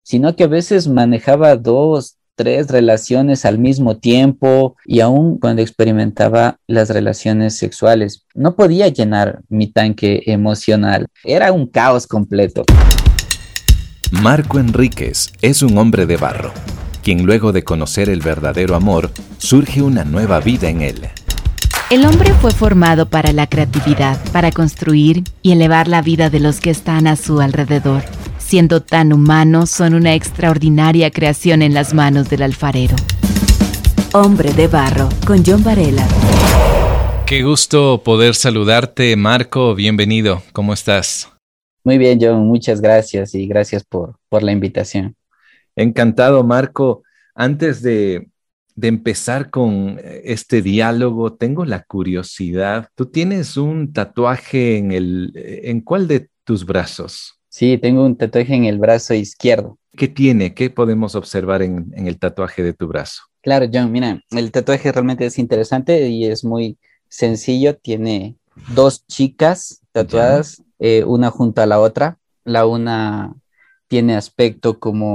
sino que a veces manejaba dos, tres relaciones al mismo tiempo y aún cuando experimentaba las relaciones sexuales, no podía llenar mi tanque emocional. Era un caos completo. Marco Enríquez es un hombre de barro, quien luego de conocer el verdadero amor, surge una nueva vida en él. El hombre fue formado para la creatividad, para construir y elevar la vida de los que están a su alrededor. Siendo tan humanos, son una extraordinaria creación en las manos del alfarero. Hombre de barro, con John Varela. Qué gusto poder saludarte, Marco. Bienvenido. ¿Cómo estás? Muy bien, John, muchas gracias y gracias por la invitación. Encantado, Marco. Antes de empezar con este diálogo, tengo la curiosidad. ¿Tú tienes un tatuaje en cuál de tus brazos? Sí, tengo un tatuaje en el brazo izquierdo. ¿Qué tiene? ¿Qué podemos observar en el tatuaje de tu brazo? Claro, John, mira, el tatuaje realmente es interesante y es muy sencillo. Tiene dos chicas ¿Ya? tatuadas, una junto a la otra. La una tiene aspecto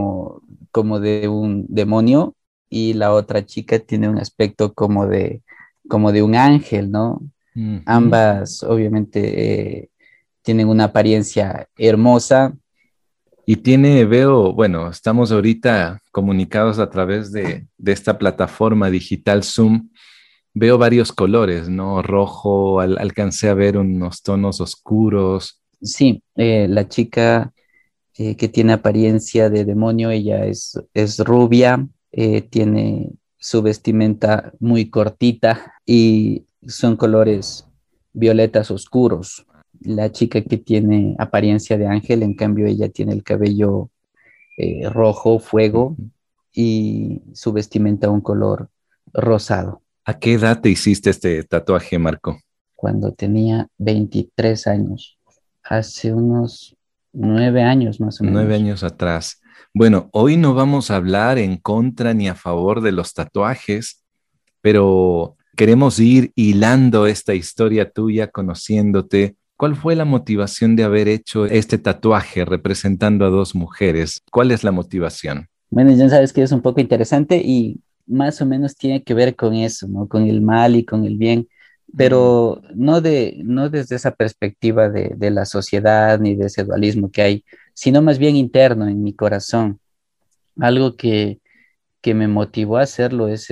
como de un demonio y la otra chica tiene un aspecto como de un ángel, ¿no? Ujú. Ambas, obviamente, tienen una apariencia hermosa. Y veo, bueno, estamos ahorita comunicados a través de esta plataforma digital Zoom. Veo varios colores, ¿no? Rojo, alcancé a ver unos tonos oscuros. Sí, la chica que tiene apariencia de demonio, es rubia, tiene su vestimenta muy cortita y son colores violetas oscuros. La chica que tiene apariencia de ángel, en cambio, ella tiene el cabello rojo, fuego, Ujú. y su vestimenta un color rosado. ¿A qué edad te hiciste este tatuaje, Marco? Cuando tenía 23 años, hace unos 9 años más o 9 menos. años atrás. Bueno, hoy no vamos a hablar en contra ni a favor de los tatuajes, pero queremos ir hilando esta historia tuya, conociéndote. ¿Cuál fue la motivación de haber hecho este tatuaje representando a dos mujeres? ¿Cuál es la motivación? Bueno, ya sabes que es un poco interesante y más o menos tiene que ver con eso, ¿no? Con el mal y con el bien, Mm. pero no desde esa perspectiva de la sociedad ni de ese dualismo que hay, sino más bien interno en mi corazón. Algo que me motivó a hacerlo es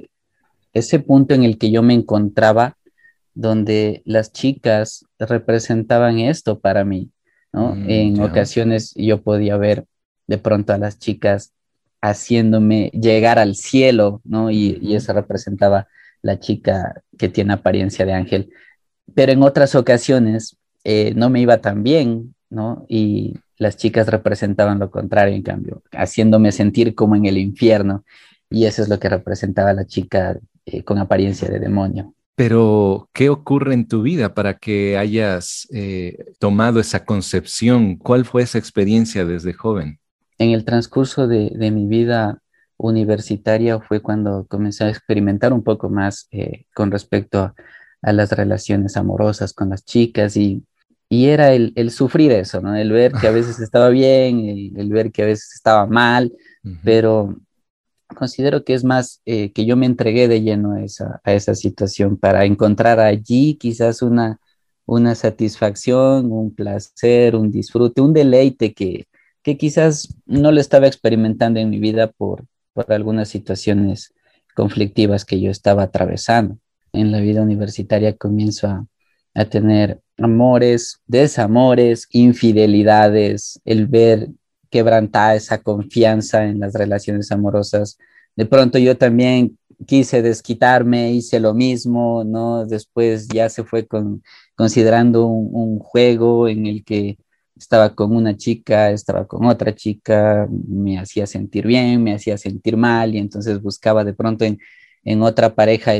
ese punto en el que yo me encontraba, donde las chicas representaban esto para mí, ¿no? En Ya. ocasiones yo podía ver de pronto a las chicas haciéndome llegar al cielo, ¿no? Y Ujú. eso representaba la chica que tiene apariencia de ángel. Pero en otras ocasiones no me iba tan bien, ¿no? Y las chicas representaban lo contrario, en cambio, haciéndome sentir como en el infierno. Y eso es lo que representaba la chica con apariencia de demonio. Pero, ¿qué ocurre en tu vida para que hayas tomado esa concepción? ¿Cuál fue esa experiencia desde joven? En el transcurso de mi vida universitaria fue cuando comencé a experimentar un poco más con respecto a las relaciones amorosas con las chicas y era el sufrir eso, ¿no? El ver que a veces estaba bien, el ver que a veces estaba mal, Ujú. pero considero que es más que yo me entregué de lleno a esa situación para encontrar allí quizás una satisfacción, un placer, un disfrute, un deleite que quizás no lo estaba experimentando en mi vida por algunas situaciones conflictivas que yo estaba atravesando. En la vida universitaria comienzo a tener amores, desamores, infidelidades, el ver quebrantada esa confianza en las relaciones amorosas. De pronto yo también quise desquitarme, hice lo mismo, ¿no? Después ya se fue considerando un juego en el que estaba con una chica, estaba con otra chica, me hacía sentir bien, me hacía sentir mal y entonces buscaba de pronto en otra pareja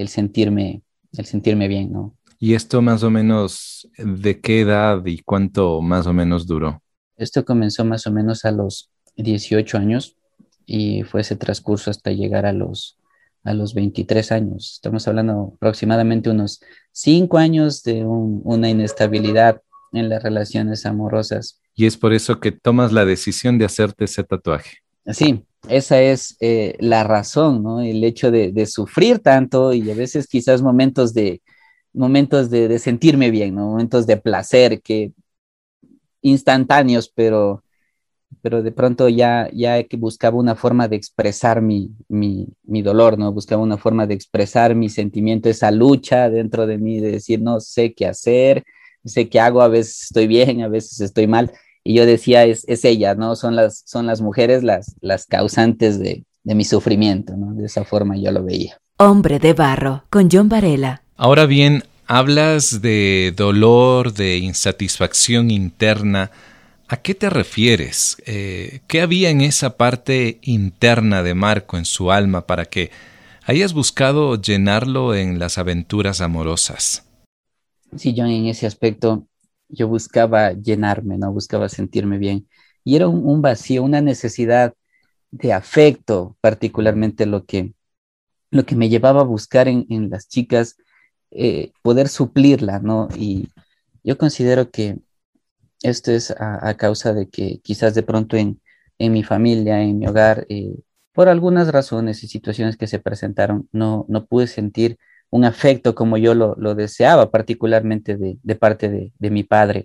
el sentirme bien, ¿no? ¿Y esto más o menos de qué edad y cuánto más o menos duró? Esto comenzó más o menos a los 18 años y fue ese transcurso hasta llegar a los 23 años. Estamos hablando aproximadamente unos 5 años de una inestabilidad en las relaciones amorosas. Y es por eso que tomas la decisión de hacerte ese tatuaje. Sí, esa es la razón, ¿no? El hecho de sufrir tanto y a veces quizás momentos de sentirme bien, ¿no? Momentos de placer que instantáneos, pero de pronto ya que buscaba una forma de expresar mi dolor, ¿no? Buscaba una forma de expresar mi sentimiento, esa lucha dentro de mí, de decir, no sé qué hacer, no sé qué hago, a veces estoy bien, a veces estoy mal. Y yo decía, es ella, ¿no? Son las mujeres las causantes de mi sufrimiento, ¿no? De esa forma yo lo veía. Hombre de Barro, con John Varela. Ahora bien, hablas de dolor, de insatisfacción interna. ¿A qué te refieres? ¿Qué había en esa parte interna de Marco, en su alma, para que hayas buscado llenarlo en las aventuras amorosas? Sí, yo en ese aspecto, yo buscaba llenarme, ¿no? Buscaba sentirme bien. Y era un vacío, una necesidad de afecto, particularmente lo que me llevaba a buscar en las chicas, poder suplirla, ¿no? Y yo considero que esto es a causa de que quizás de pronto en mi familia, en mi hogar, por algunas razones y situaciones que se presentaron, no pude sentir un afecto como yo lo deseaba, particularmente de parte de mi padre.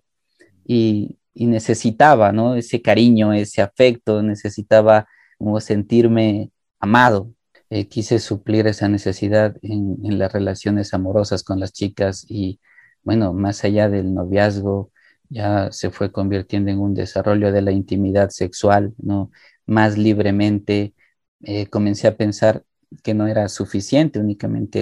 Y necesitaba, ¿no? Ese cariño, ese afecto, necesitaba como sentirme amado. Quise suplir esa necesidad en las relaciones amorosas con las chicas y, bueno, más allá del noviazgo, ya se fue convirtiendo en un desarrollo de la intimidad sexual, ¿no? Más libremente. Comencé a pensar que no era suficiente únicamente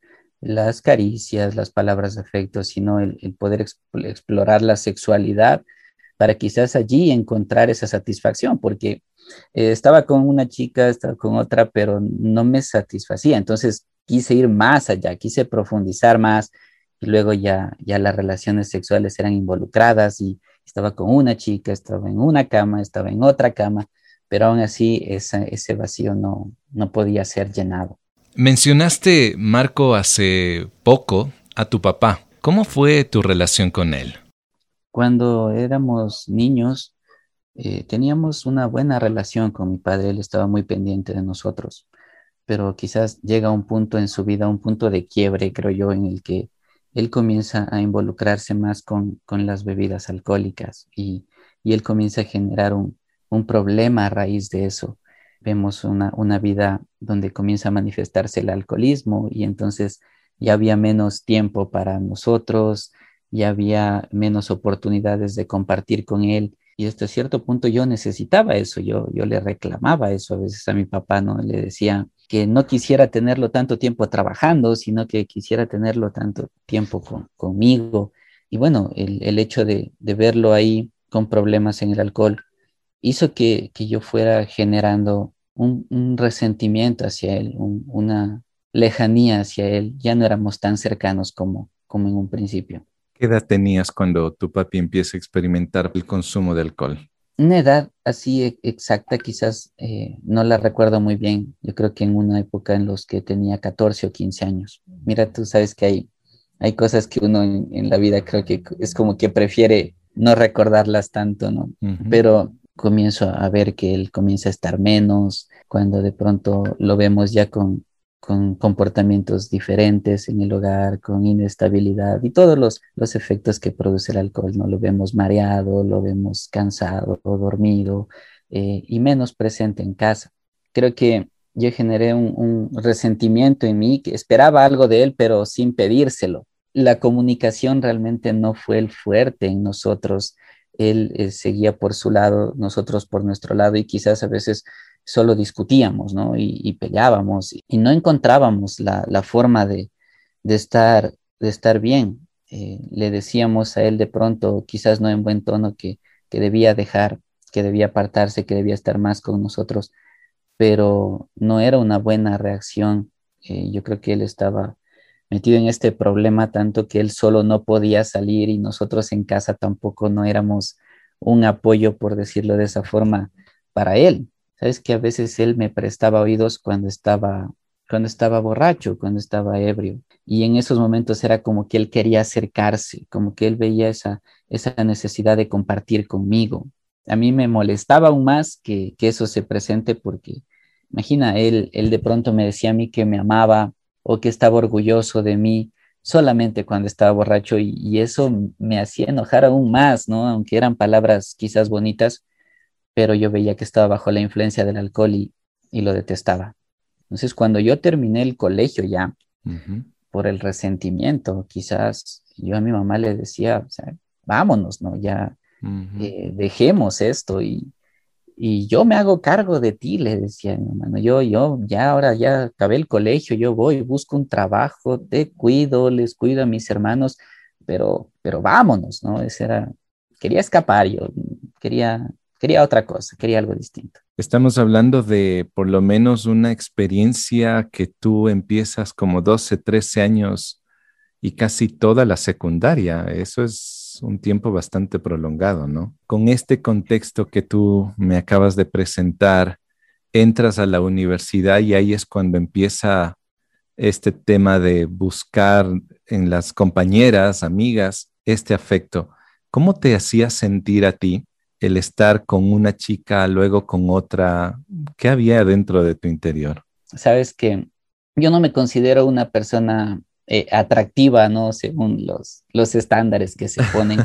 las caricias, las palabras de afecto, sino el poder explorar la sexualidad para quizás allí encontrar esa satisfacción, porque estaba con una chica, estaba con otra, pero no me satisfacía. Entonces quise ir más allá, quise profundizar más y luego ya las relaciones sexuales eran involucradas y estaba con una chica, estaba en una cama, estaba en otra cama, pero aún así ese vacío no podía ser llenado. Mencionaste, Marco, hace poco a tu papá. ¿Cómo fue tu relación con él? Cuando éramos niños, teníamos una buena relación con mi padre, él estaba muy pendiente de nosotros, pero quizás llega un punto en su vida, un punto de quiebre, creo yo, en el que él comienza a involucrarse más con las bebidas alcohólicas y él comienza a generar un problema a raíz de eso. Vemos una vida donde comienza a manifestarse el alcoholismo y entonces ya había menos tiempo para nosotros, ya había menos oportunidades de compartir con él. Y hasta cierto punto yo necesitaba eso, yo le reclamaba eso a veces a mi papá, ¿no? Le decía que no quisiera tenerlo tanto tiempo trabajando, sino que quisiera tenerlo tanto tiempo conmigo. Y bueno, el hecho de verlo ahí con problemas en el alcohol hizo que yo fuera generando un resentimiento hacia él, una lejanía hacia él. Ya no éramos tan cercanos como en un principio. ¿Qué edad tenías cuando tu papi empieza a experimentar el consumo de alcohol? Una edad así exacta, quizás no la recuerdo muy bien. Yo creo que en una época en los que tenía 14 o 15 años. Mira, tú sabes que hay cosas que uno en la vida creo que es como que prefiere no recordarlas tanto, ¿no? Ujú. Pero comienzo a ver que él comienza a estar menos, cuando de pronto lo vemos ya con comportamientos diferentes en el hogar, con inestabilidad y todos los efectos que produce el alcohol, ¿no? Lo vemos mareado, lo vemos cansado o dormido y menos presente en casa. Creo que yo generé un resentimiento en mí, que esperaba algo de él, pero sin pedírselo. La comunicación realmente no fue el fuerte en nosotros. Él seguía por su lado, nosotros por nuestro lado y quizás a veces solo discutíamos, ¿no? Y peleábamos y no encontrábamos la forma de estar bien. Le decíamos a él de pronto, quizás no en buen tono, que debía dejar, que debía apartarse, que debía estar más con nosotros, pero no era una buena reacción. Yo creo que él estaba metido en este problema tanto que él solo no podía salir y nosotros en casa tampoco no éramos un apoyo, por decirlo de esa forma, para él. Sabes que a veces él me prestaba oídos cuando estaba borracho, cuando estaba ebrio. y en esos momentos era como que él quería acercarse, como que él veía esa necesidad de compartir conmigo. A mí me molestaba aún más que eso se presente porque, imagina, él de pronto me decía a mí que me amaba o que estaba orgulloso de mí solamente cuando estaba borracho y eso me hacía enojar aún más, ¿no? Aunque eran palabras quizás bonitas, pero yo veía que estaba bajo la influencia del alcohol y lo detestaba. Entonces, cuando yo terminé el colegio ya, Ujú, por el resentimiento, quizás yo a mi mamá le decía, o sea, vámonos, ¿no? Ya ujú. dejemos esto y yo me hago cargo de ti, le decía a mi mamá, ¿no? Yo ya ahora ya acabé el colegio, yo voy, busco un trabajo, te cuido, les cuido a mis hermanos, pero vámonos, ¿no? Quería escapar, yo quería, quería otra cosa, quería algo distinto. Estamos hablando de por lo menos una experiencia que tú empiezas como 12, 13 años y casi toda la secundaria. Eso es un tiempo bastante prolongado, ¿no? Con este contexto que tú me acabas de presentar, entras a la universidad y ahí es cuando empieza este tema de buscar en las compañeras, amigas, este afecto. ¿Cómo te hacía sentir a ti el estar con una chica, luego con otra? ¿Qué había dentro de tu interior? Sabes que yo no me considero una persona atractiva, ¿no? Según los estándares que se ponen.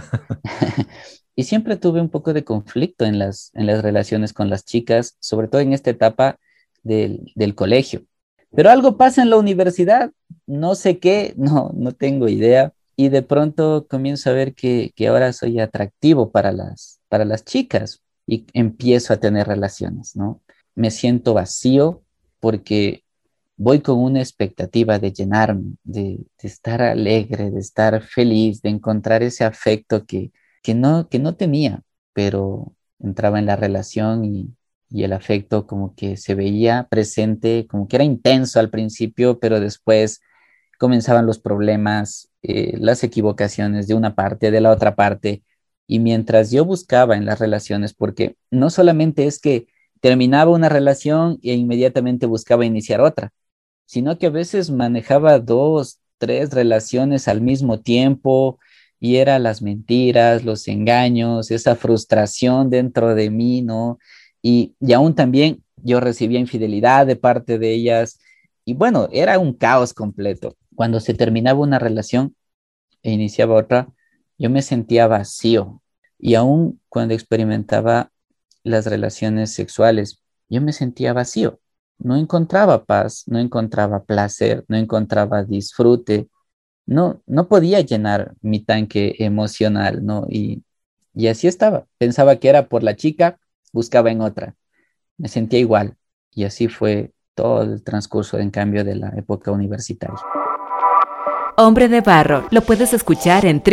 Y siempre tuve un poco de conflicto en las relaciones con las chicas, sobre todo en esta etapa del colegio. Pero algo pasa en la universidad, no sé qué, no tengo idea. Y de pronto comienzo a ver que ahora soy atractivo para las chicas y empiezo a tener relaciones, ¿no? Me siento vacío porque voy con una expectativa de llenarme, de estar alegre, de estar feliz, de encontrar ese afecto que no tenía, pero entraba en la relación y el afecto como que se veía presente, como que era intenso al principio, pero después comenzaban los problemas, las equivocaciones de una parte, de la otra parte. Y mientras yo buscaba en las relaciones, porque no solamente es que terminaba una relación e inmediatamente buscaba iniciar otra, sino que a veces manejaba dos, tres relaciones al mismo tiempo y era las mentiras, los engaños, esa frustración dentro de mí, ¿no? Y aún también yo recibía infidelidad de parte de ellas y bueno, era un caos completo. Cuando se terminaba una relación e iniciaba otra, yo me sentía vacío y aún cuando experimentaba las relaciones sexuales, yo me sentía vacío. No encontraba paz, no encontraba placer, no encontraba disfrute, no podía llenar mi tanque emocional, ¿no? Y así estaba. Pensaba que era por la chica, buscaba en otra. Me sentía igual. Y así fue todo el transcurso, en cambio, de la época universitaria. Hombre de Barro lo puedes escuchar en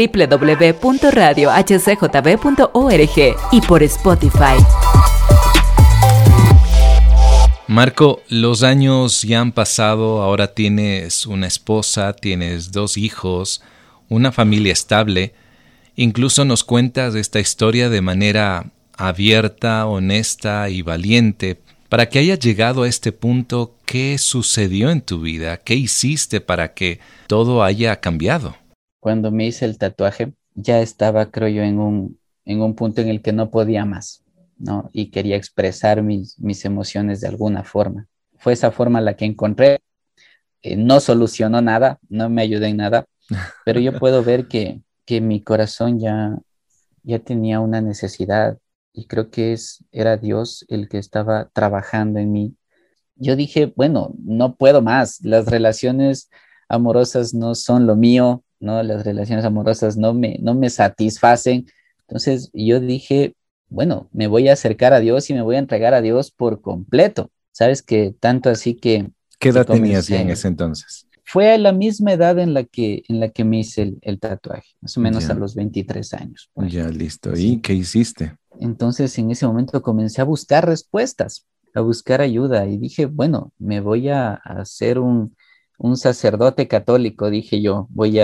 www.radiohcjb.org y por Spotify. Marco, los años ya han pasado, ahora tienes una esposa, tienes dos hijos, una familia estable. Incluso nos cuentas esta historia de manera abierta, honesta y valiente. Para que hayas llegado a este punto, ¿qué sucedió en tu vida? ¿Qué hiciste para que todo haya cambiado? Cuando me hice el tatuaje, ya estaba, creo yo, en un punto en el que no podía más, ¿no? Y quería expresar mis emociones de alguna forma. Fue esa forma la que encontré. No solucionó nada, no me ayudó en nada, pero yo puedo ver que mi corazón ya tenía una necesidad y creo que era Dios el que estaba trabajando en mí. Yo dije, bueno, no puedo más, las relaciones amorosas no son lo mío, ¿no? Las relaciones amorosas no me satisfacen. Entonces yo dije, bueno, me voy a acercar a Dios y me voy a entregar a Dios por completo. Sabes que tanto así ¿Qué que edad tenías ya en comencé, ese entonces? fue a la misma edad en la que me hice el tatuaje, más o menos a Ya, los 23 años, por ahí. ya listo. ¿Y Sí. qué hiciste? Entonces en ese momento comencé a buscar respuestas, a buscar ayuda y dije, bueno, me voy a hacer un sacerdote católico, dije yo, voy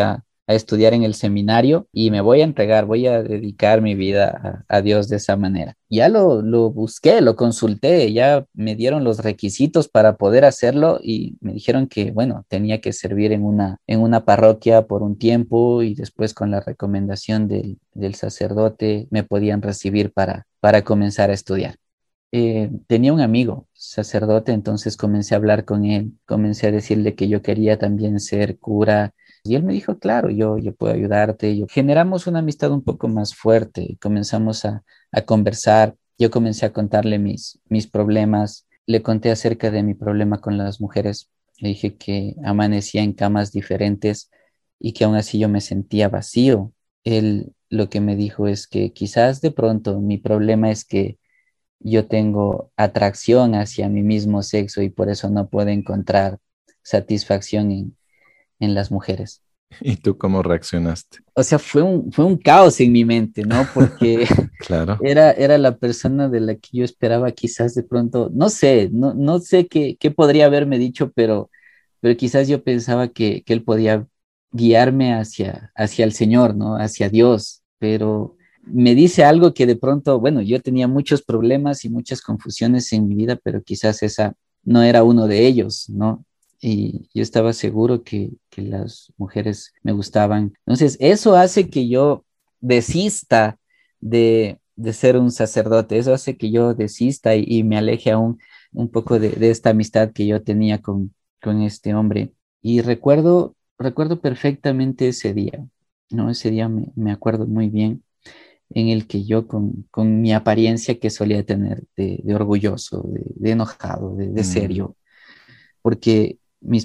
a estudiar en el seminario y me voy a entregar, voy a dedicar mi vida a Dios de esa manera. Ya lo busqué, lo consulté, ya me dieron los requisitos para poder hacerlo y me dijeron que, bueno, tenía que servir en una parroquia por un tiempo y después con la recomendación del sacerdote me podían recibir para comenzar a estudiar. Tenía un amigo sacerdote, entonces comencé a hablar con él, comencé a decirle que yo quería también ser cura y él me dijo, claro, yo puedo ayudarte. Generamos una amistad un poco más fuerte, comenzamos a conversar, yo comencé a contarle mis problemas, le conté acerca de mi problema con las mujeres, le dije que amanecía en camas diferentes y que aún así yo me sentía vacío. Él lo que me dijo es que quizás de pronto mi problema es que yo tengo atracción hacia mi mismo sexo y por eso no puedo encontrar satisfacción en las mujeres. ¿Y tú cómo reaccionaste? O sea, fue un caos en mi mente, ¿no? Porque Claro. era la persona de la que yo esperaba quizás de pronto, no sé, no sé qué podría haberme dicho, pero quizás yo pensaba que él podía guiarme hacia el Señor, ¿no? Hacia Dios, pero me dice algo que de pronto, bueno, yo tenía muchos problemas y muchas confusiones en mi vida, pero quizás esa no era uno de ellos, ¿no? Y yo estaba seguro que las mujeres me gustaban. Entonces, eso hace que yo desista de ser un sacerdote, eso hace que yo desista y me aleje aún un poco de esta amistad que yo tenía con este hombre. Y recuerdo perfectamente ese día, ¿no? Ese día me acuerdo muy bien en el que yo con mi apariencia que solía tener de orgulloso, de enojado, de Mm, serio, porque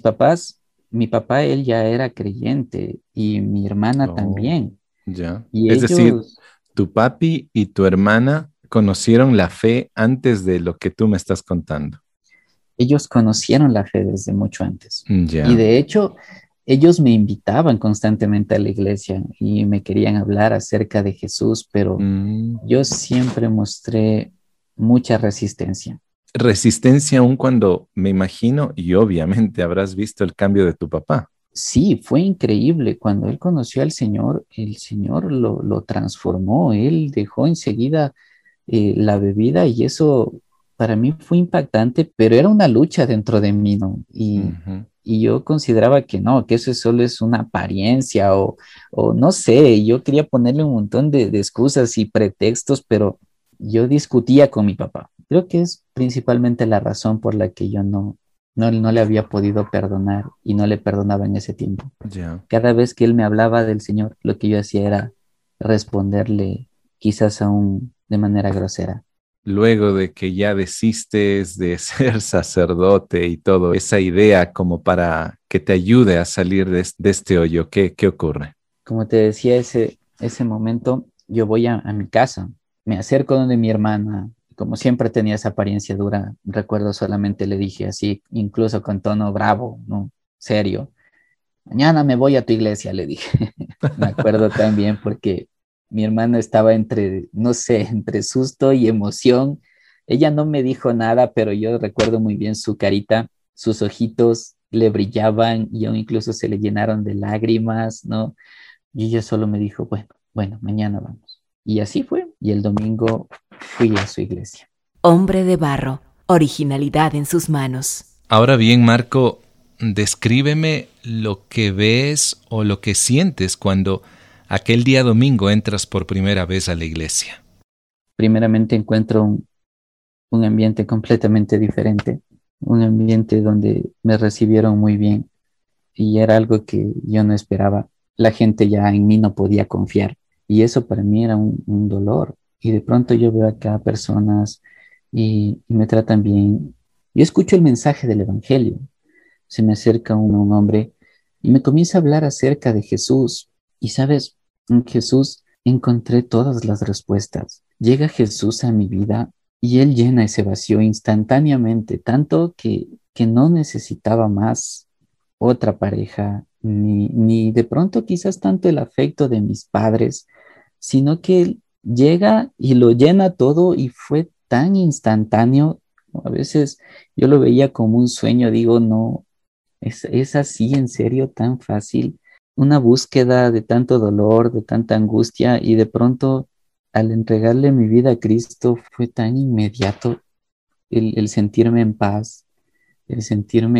mi papá, él ya era creyente y mi hermana oh, también. ya. Y Es decir, ellos, tu papi y tu hermana conocieron la fe antes de lo que tú me estás contando. ellos conocieron la fe desde mucho antes. Y Ya. de hecho, ellos me invitaban constantemente a la iglesia y me querían hablar acerca de Jesús, pero Mm. yo siempre mostré mucha resistencia. Resistencia aún cuando me imagino y obviamente habrás visto el cambio de tu papá. Sí, fue increíble. Cuando él conoció al Señor, el Señor lo transformó. Él dejó enseguida la bebida y eso para mí fue impactante, pero era una lucha dentro de mí, ¿no? Ujú. Y yo consideraba que no, que eso solo es una apariencia o no sé, yo quería ponerle un montón de excusas y pretextos, pero yo discutía con mi papá. Creo que es principalmente la razón por la que yo no le había podido perdonar y no le perdonaba en ese tiempo. Ya. Cada vez que él me hablaba del Señor, lo que yo hacía era responderle quizás aún de manera grosera. Luego de que ya desistes de ser sacerdote y todo, esa idea como para que te ayude a salir de este hoyo, ¿qué ocurre? Como te decía, ese momento yo voy a mi casa, me acerco donde mi hermana, como siempre tenía esa apariencia dura, recuerdo solamente le dije así, incluso con tono bravo, ¿no? Serio. Mañana me voy a tu iglesia, le dije. Me acuerdo también porque mi hermana estaba entre, no sé, entre susto y emoción. Ella no me dijo nada, pero yo recuerdo muy bien su carita, sus ojitos le brillaban y aún incluso se le llenaron de lágrimas, ¿no? Y ella solo me dijo, bueno, mañana vamos. Y así fue. Y el domingo fui a su iglesia. Hombre de barro, originalidad en sus manos. Ahora bien, Marco, descríbeme lo que ves o lo que sientes cuando aquel día domingo entras por primera vez a la iglesia. Primeramente encuentro un ambiente completamente diferente, un ambiente donde me recibieron muy bien y era algo que yo no esperaba. La gente ya en mí no podía confiar y eso para mí era un dolor. Y de pronto yo veo acá personas y me tratan bien. Yo escucho el mensaje del Evangelio. Se me acerca un hombre y me comienza a hablar acerca de Jesús. Y sabes, en Jesús encontré todas las respuestas. Llega Jesús a mi vida y Él llena ese vacío instantáneamente, tanto que no necesitaba más otra pareja, ni de pronto quizás tanto el afecto de mis padres, sino que Él llega y lo llena todo y fue tan instantáneo. A veces yo lo veía como un sueño, digo, no, es así, en serio, tan fácil. una búsqueda de tanto dolor, de tanta angustia, y de pronto al entregarle mi vida a Cristo fue tan inmediato el sentirme en paz, el sentirme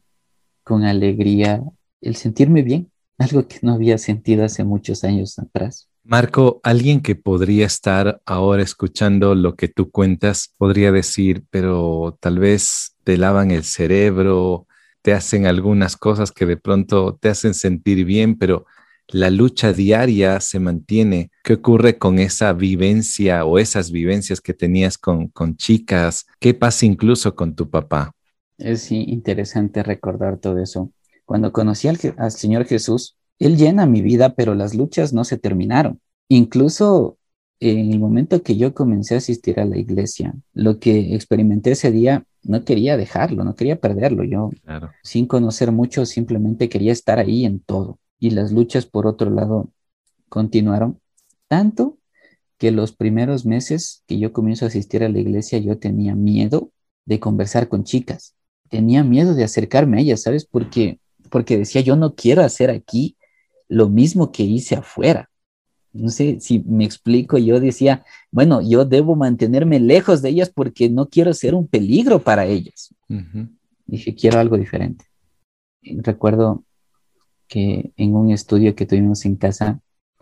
con alegría, el sentirme bien, algo que no había sentido hace muchos años atrás. Marco, alguien que podría estar ahora escuchando lo que tú cuentas, podría decir, pero tal vez te lavan el cerebro, te hacen algunas cosas que de pronto te hacen sentir bien, pero la lucha diaria se mantiene. ¿Qué ocurre con esa vivencia o esas vivencias que tenías con chicas? ¿Qué pasa incluso con tu papá? Es interesante recordar todo eso. Cuando conocí al Señor Jesús, Él llena mi vida, pero las luchas no se terminaron. Incluso en el momento que yo comencé a asistir a la iglesia, lo que experimenté ese día, no quería dejarlo, no quería perderlo. Yo, Claro. sin conocer mucho, simplemente quería estar ahí en todo. Y las luchas, por otro lado, continuaron. Tanto que los primeros meses que yo comienzo a asistir a la iglesia, yo tenía miedo de conversar con chicas. Tenía miedo de acercarme a ellas, ¿sabes? Porque decía, yo no quiero hacer aquí lo mismo que hice afuera. No sé si me explico, yo decía, bueno, yo debo mantenerme lejos de ellas porque no quiero ser un peligro para ellas. Ujú. Dije, quiero algo diferente. Recuerdo que en un estudio que tuvimos en casa,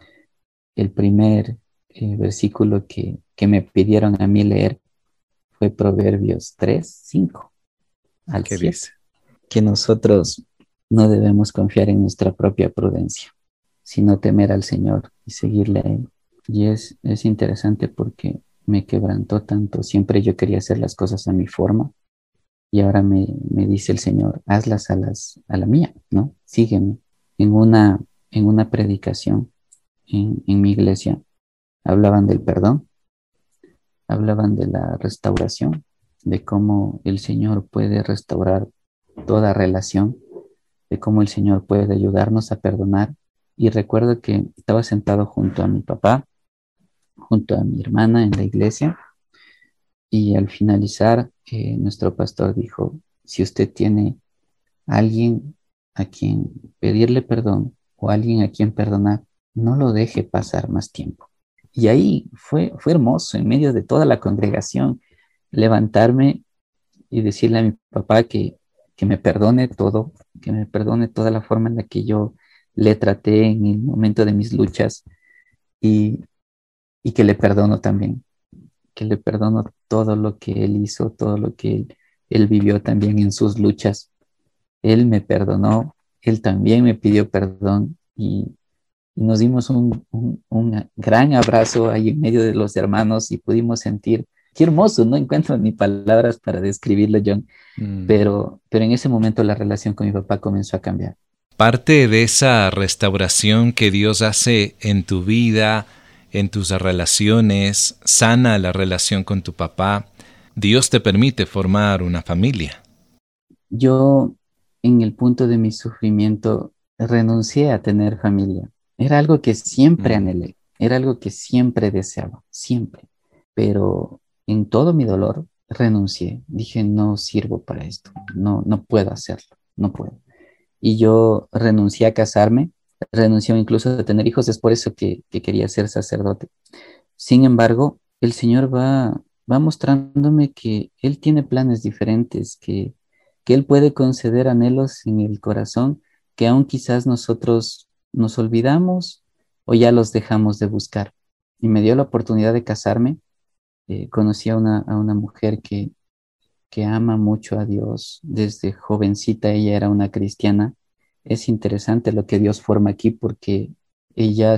el primer versículo que me pidieron a mí leer fue Proverbios 3:5 al ¿Qué 7, dice? que nosotros no debemos confiar en nuestra propia prudencia, sino temer al Señor y seguirle a Él. Y es interesante porque me quebrantó tanto. Siempre yo quería hacer las cosas a mi forma y ahora me dice el Señor, hazlas a la mía, ¿no? Sígueme. En en una predicación en mi iglesia hablaban del perdón, hablaban de la restauración, de cómo el Señor puede restaurar toda relación, de cómo el Señor puede ayudarnos a perdonar. Y recuerdo que estaba sentado junto a mi papá, junto a mi hermana en la iglesia, y al finalizar, nuestro pastor dijo, si usted tiene a alguien a quien pedirle perdón o alguien a quien perdonar, no lo deje pasar más tiempo. Y ahí fue hermoso, en medio de toda la congregación, levantarme y decirle a mi papá que me perdone todo, que me perdone toda la forma en la que yo le traté en el momento de mis luchas y, y que le perdono también, que le perdono todo lo que él hizo, todo lo que él vivió también en sus luchas. Él me perdonó, él también me pidió perdón y nos dimos un gran abrazo ahí en medio de los hermanos y pudimos sentir, qué hermoso, no encuentro ni palabras para describirlo, John, Mm. pero en ese momento la relación con mi papá comenzó a cambiar. Parte de esa restauración que Dios hace en tu vida, en tus relaciones, sana la relación con tu papá. Dios te permite formar una familia. Yo, en el punto de mi sufrimiento, renuncié a tener familia. Era algo que siempre Mm. anhelé, era algo que siempre deseaba, siempre. Pero en todo mi dolor, renuncié. Dije, no sirvo para esto, no puedo hacerlo, no puedo. Y yo renuncié a casarme, renuncié incluso a tener hijos, es por eso que quería ser sacerdote. Sin embargo, el Señor va mostrándome que Él tiene planes diferentes, que Él puede conceder anhelos en el corazón que aún quizás nosotros nos olvidamos o ya los dejamos de buscar. Y me dio la oportunidad de casarme. Conocí a una mujer que ama mucho a Dios. Desde jovencita ella era una cristiana. Es interesante lo que Dios forma aquí porque ella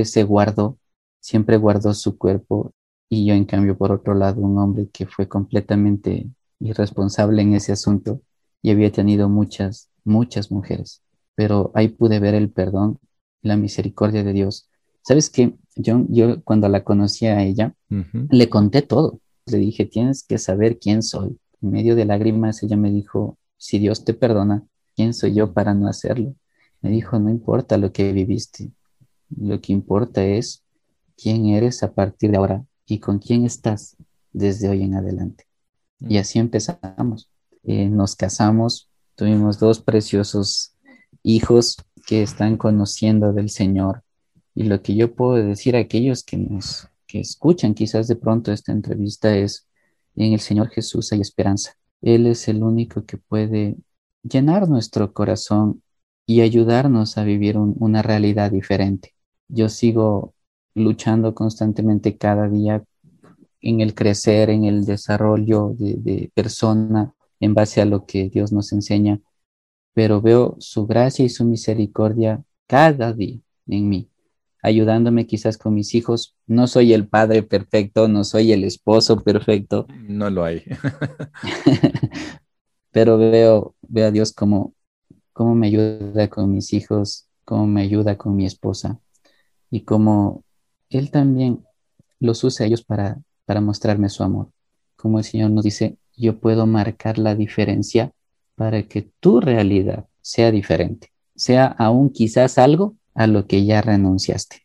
siempre guardó su cuerpo y yo en cambio por otro lado un hombre que fue completamente irresponsable en ese asunto y había tenido muchas mujeres. Pero ahí pude ver el perdón, la misericordia de Dios. ¿Sabes qué? Yo cuando la conocí a ella, Ujú. le conté todo. Le dije, tienes que saber quién soy. En medio de lágrimas, ella me dijo, si Dios te perdona, ¿quién soy yo para no hacerlo? Me dijo, no importa lo que viviste, lo que importa es quién eres a partir de ahora y con quién estás desde hoy en adelante. Y Mm. así empezamos. Nos casamos, tuvimos dos preciosos hijos que están conociendo del Señor. Y lo que yo puedo decir a aquellos que escuchan quizás de pronto esta entrevista es, en el Señor Jesús hay esperanza. Él es el único que puede llenar nuestro corazón y ayudarnos a vivir una realidad diferente. Yo sigo luchando constantemente cada día en el crecer, en el desarrollo de persona en base a lo que Dios nos enseña, pero veo su gracia y su misericordia cada día en mí, ayudándome quizás con mis hijos. No soy el padre perfecto, no soy el esposo perfecto. No lo hay. Pero veo a Dios cómo me ayuda con mis hijos, cómo me ayuda con mi esposa y cómo Él también los usa a ellos para mostrarme su amor. Como el Señor nos dice, yo puedo marcar la diferencia para que tu realidad sea diferente, sea aún quizás algo a lo que ya renunciaste.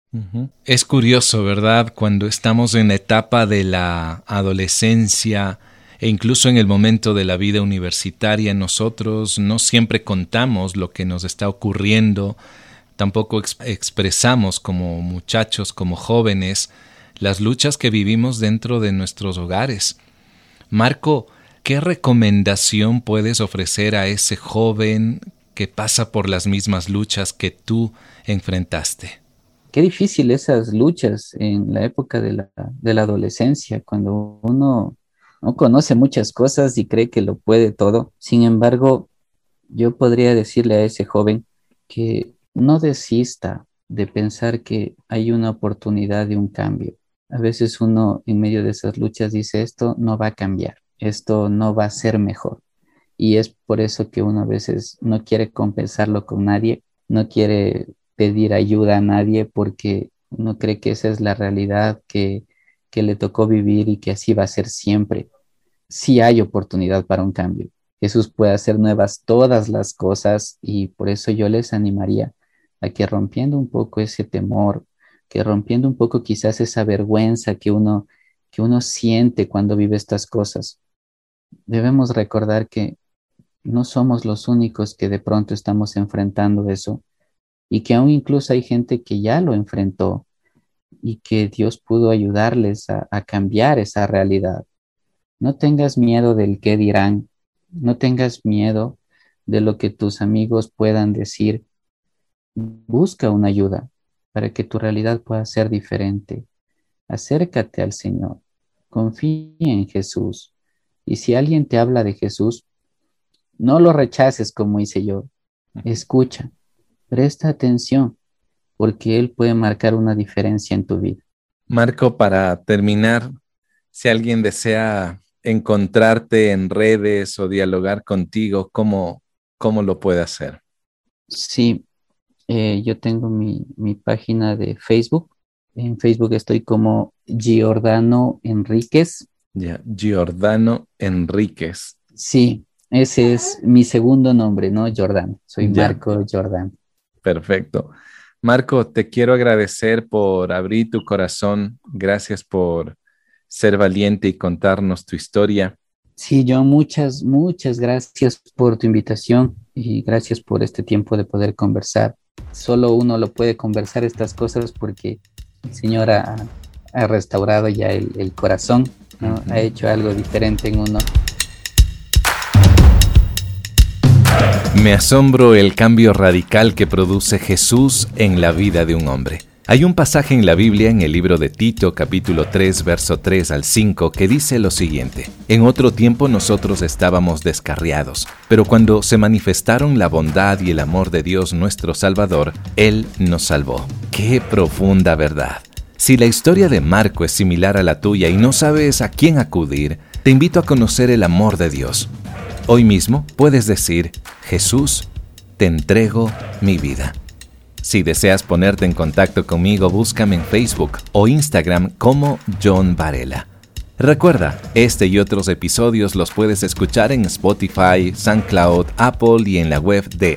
Es curioso, ¿verdad? Cuando estamos en la etapa de la adolescencia e incluso en el momento de la vida universitaria, nosotros no siempre contamos lo que nos está ocurriendo, tampoco expresamos como muchachos, como jóvenes, las luchas que vivimos dentro de nuestros hogares. Marco, ¿qué recomendación puedes ofrecer a ese joven que pasa por las mismas luchas que tú enfrentaste? Qué difícil esas luchas en la época de la adolescencia, cuando uno no conoce muchas cosas y cree que lo puede todo. Sin embargo, yo podría decirle a ese joven que no desista de pensar que hay una oportunidad de un cambio. A veces uno en medio de esas luchas dice, esto no va a cambiar, esto no va a ser mejor. Y es por eso que uno a veces no quiere compensarlo con nadie, no quiere pedir ayuda a nadie porque uno cree que esa es la realidad que le tocó vivir y que así va a ser siempre. Sí hay oportunidad para un cambio. Jesús puede hacer nuevas todas las cosas y por eso yo les animaría a que rompiendo un poco ese temor, que rompiendo un poco quizás esa vergüenza que uno siente cuando vive estas cosas, debemos recordar que no somos los únicos que de pronto estamos enfrentando eso y que aún incluso hay gente que ya lo enfrentó y que Dios pudo ayudarles a cambiar esa realidad. No tengas miedo del qué dirán, no tengas miedo de lo que tus amigos puedan decir. Busca una ayuda para que tu realidad pueda ser diferente. Acércate al Señor, confía en Jesús. Y si alguien te habla de Jesús, no lo rechaces como hice yo. Escucha, presta atención, porque Él puede marcar una diferencia en tu vida. Marco, para terminar, si alguien desea encontrarte en redes o dialogar contigo, ¿cómo lo puede hacer? Sí, yo tengo mi página de Facebook. En Facebook estoy como Giordano Enríquez. Ya, Giordano Enríquez. Sí, ese es mi segundo nombre, ¿no? Jordán. Soy Ya. Marco Jordán. Perfecto. Marco, te quiero agradecer por abrir tu corazón. Gracias por ser valiente y contarnos tu historia. Sí, John, muchas gracias por tu invitación y gracias por este tiempo de poder conversar. Solo uno lo puede conversar estas cosas porque el Señor ha restaurado ya el corazón, ¿no? Ha hecho algo diferente en uno. Me asombro el cambio radical que produce Jesús en la vida de un hombre. Hay un pasaje en la Biblia, en el libro de Tito, capítulo 3, verso 3 al 5, que dice lo siguiente: En otro tiempo nosotros estábamos descarriados, pero cuando se manifestaron la bondad y el amor de Dios nuestro Salvador, Él nos salvó. ¡Qué profunda verdad! Si la historia de Marco es similar a la tuya y no sabes a quién acudir, te invito a conocer el amor de Dios. Hoy mismo puedes decir: Jesús, te entrego mi vida. Si deseas ponerte en contacto conmigo, búscame en Facebook o Instagram como John Varela. Recuerda, este y otros episodios los puedes escuchar en Spotify, SoundCloud, Apple y en la web de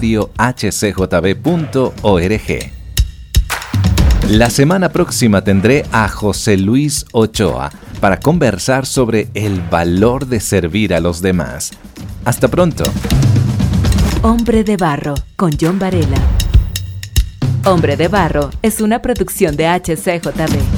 radiohcjb.org. La semana próxima tendré a José Luis Ochoa para conversar sobre el valor de servir a los demás. Hasta pronto. Hombre de Barro, con John Varela. Hombre de Barro es una producción de HCJB.